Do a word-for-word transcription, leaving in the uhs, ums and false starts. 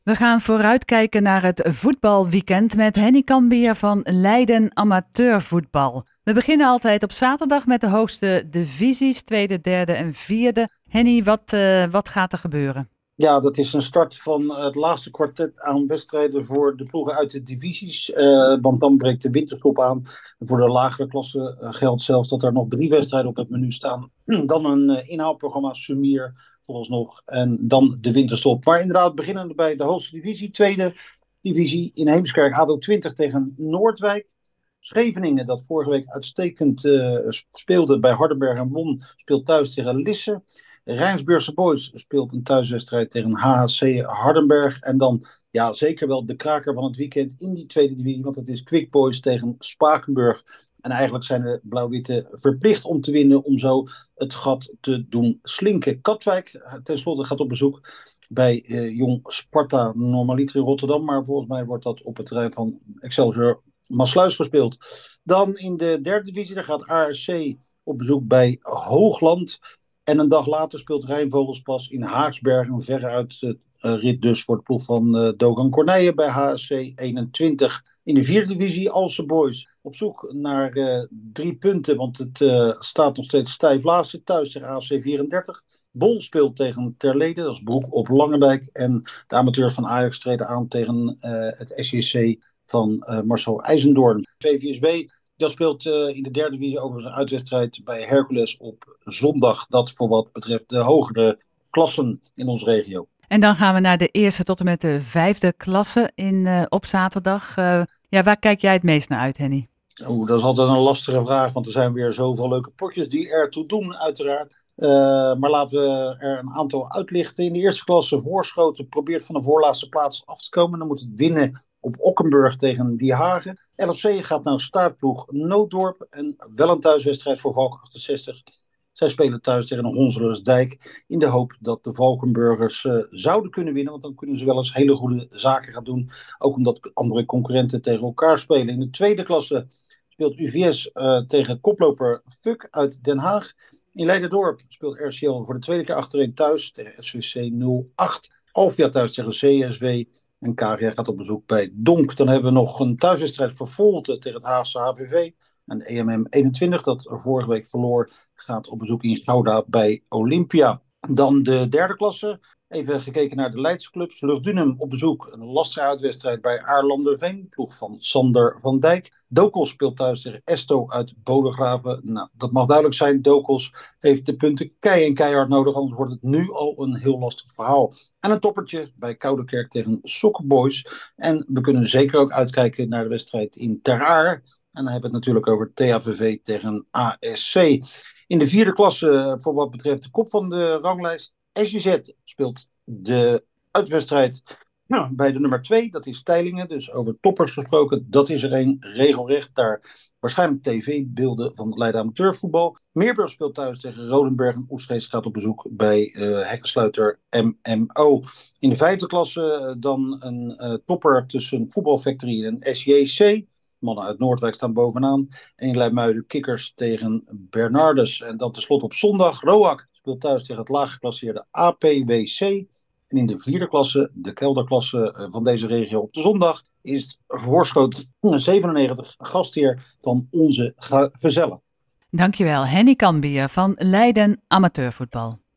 We gaan vooruitkijken naar het voetbalweekend met Henny Cambier van Leiden Amateurvoetbal. We beginnen altijd op zaterdag met de hoogste divisies, tweede, derde en vierde. Henny, wat, uh, wat gaat er gebeuren? Ja, dat is een start van het laatste kwartet aan wedstrijden voor de ploegen uit de divisies. Uh, want dan breekt de winterstop aan. En voor de lagere klasse uh, geldt zelfs dat er nog drie wedstrijden op het menu staan. Dan een uh, inhaalprogramma, Sumier vooralsnog. En dan de winterstop. Maar inderdaad, beginnen bij de hoogste divisie. Tweede divisie in Heemskerk. A D O twintig tegen Noordwijk. Scheveningen, dat vorige week uitstekend uh, speelde bij Hardenberg en won, speelt thuis tegen Lisse. Rijnsburgse Boys speelt een thuiswedstrijd tegen H H C Hardenberg. En dan ja, zeker wel de kraker van het weekend in die tweede divisie. Want het is Quick Boys tegen Spakenburg. En eigenlijk zijn de Blauw-Witte verplicht om te winnen. Om zo het gat te doen slinken. Katwijk tenslotte gaat op bezoek bij uh, Jong Sparta Normaliter in Rotterdam. Maar volgens mij wordt dat op het terrein van Excelsior Maasluis gespeeld. Dan in de derde divisie, daar gaat A R C op bezoek bij Hoogland. En een dag later speelt Rijnvogelspas in Haaksbergen, verre uit de uh, rit dus voor de ploeg van uh, Dogan Corneille bij H S C eenentwintig. In de vierde divisie Alse Boys op zoek naar uh, drie punten, want het uh, staat nog steeds stijf laatste thuis tegen A F C vierendertig. Bol speelt tegen Terlede, dat is Broek op Langendijk. En de amateurs van Ajax treden aan tegen uh, het S J C van uh, Marcel IJzendoorn. V V S B, dat speelt uh, in de derde divisie over een uitwedstrijd bij Hercules op zondag. Dat voor wat betreft de hogere klassen in onze regio. En dan gaan we naar de eerste tot en met de vijfde klasse in, uh, op zaterdag. Uh, ja, waar kijk jij het meest naar uit, Henny? Oeh, dat is altijd een lastige vraag, want er zijn weer zoveel leuke potjes die ertoe doen, uiteraard. Uh, maar laten we er een aantal uitlichten. In de eerste klasse Voorschoten probeert van de voorlaatste plaats af te komen. Dan moet het winnen op Okkenburg tegen Die Hagen. L F C gaat naar startploeg Nooddorp. En wel een thuiswedstrijd voor Valk achtenzestig. Zij spelen thuis tegen een Honselersdijk. In de hoop dat de Valkenburgers uh, zouden kunnen winnen. Want dan kunnen ze wel eens hele goede zaken gaan doen. Ook omdat andere concurrenten tegen elkaar spelen. In de tweede klasse speelt U V S uh, tegen koploper Fuk uit Den Haag. In Leiderdorp speelt R C L voor de tweede keer achterin thuis tegen S V C nul acht. Alvia thuis tegen C S W. En K V R gaat op bezoek bij Donk. Dan hebben we nog een thuiswedstrijd voor Volte tegen het Haagse H V V. En de E M M eenentwintig, dat vorige week verloor, gaat op bezoek in Gouda bij Olympia. Dan de derde klasse. Even gekeken naar de Leidse clubs. Lugdunum op bezoek. Een lastige uitwedstrijd bij Aarlanderveen. Ploeg van Sander van Dijk. Dokos speelt thuis tegen Esto uit Bodegraven. Nou, dat mag duidelijk zijn. Dokos heeft de punten kei en keihard nodig. Anders wordt het nu al een heel lastig verhaal. En een toppertje bij Koudekerk tegen Soccer Boys. En we kunnen zeker ook uitkijken naar de wedstrijd in Ter Aar. En dan hebben we het natuurlijk over T H V V tegen A S C. In de vierde klasse, voor wat betreft de kop van de ranglijst, S J Z speelt de uitwedstrijd nou, bij de nummer twee. Dat is Teylingen, dus over toppers gesproken. Dat is er een regelrecht. Daar waarschijnlijk tv-beelden van Leiden Amateurvoetbal. Meerburg speelt thuis tegen Rodenberg. En Oestgeest gaat op bezoek bij uh, hekkensluiter M M O. In de vijfde klasse uh, dan een uh, topper tussen Voetbal Factory en S J C. Mannen uit Noordwijk staan bovenaan. En in Leimuiden Kikkers tegen Bernardus. En dan tenslotte op zondag. Roak speelt thuis tegen het laaggeklasseerde A P W C. En in de vierde klasse, de kelderklasse van deze regio op de zondag, is het Voorschoot zevenennegentig gastheer van onze Gezellen. Dankjewel, Henny Cambier van Leiden Amateurvoetbal.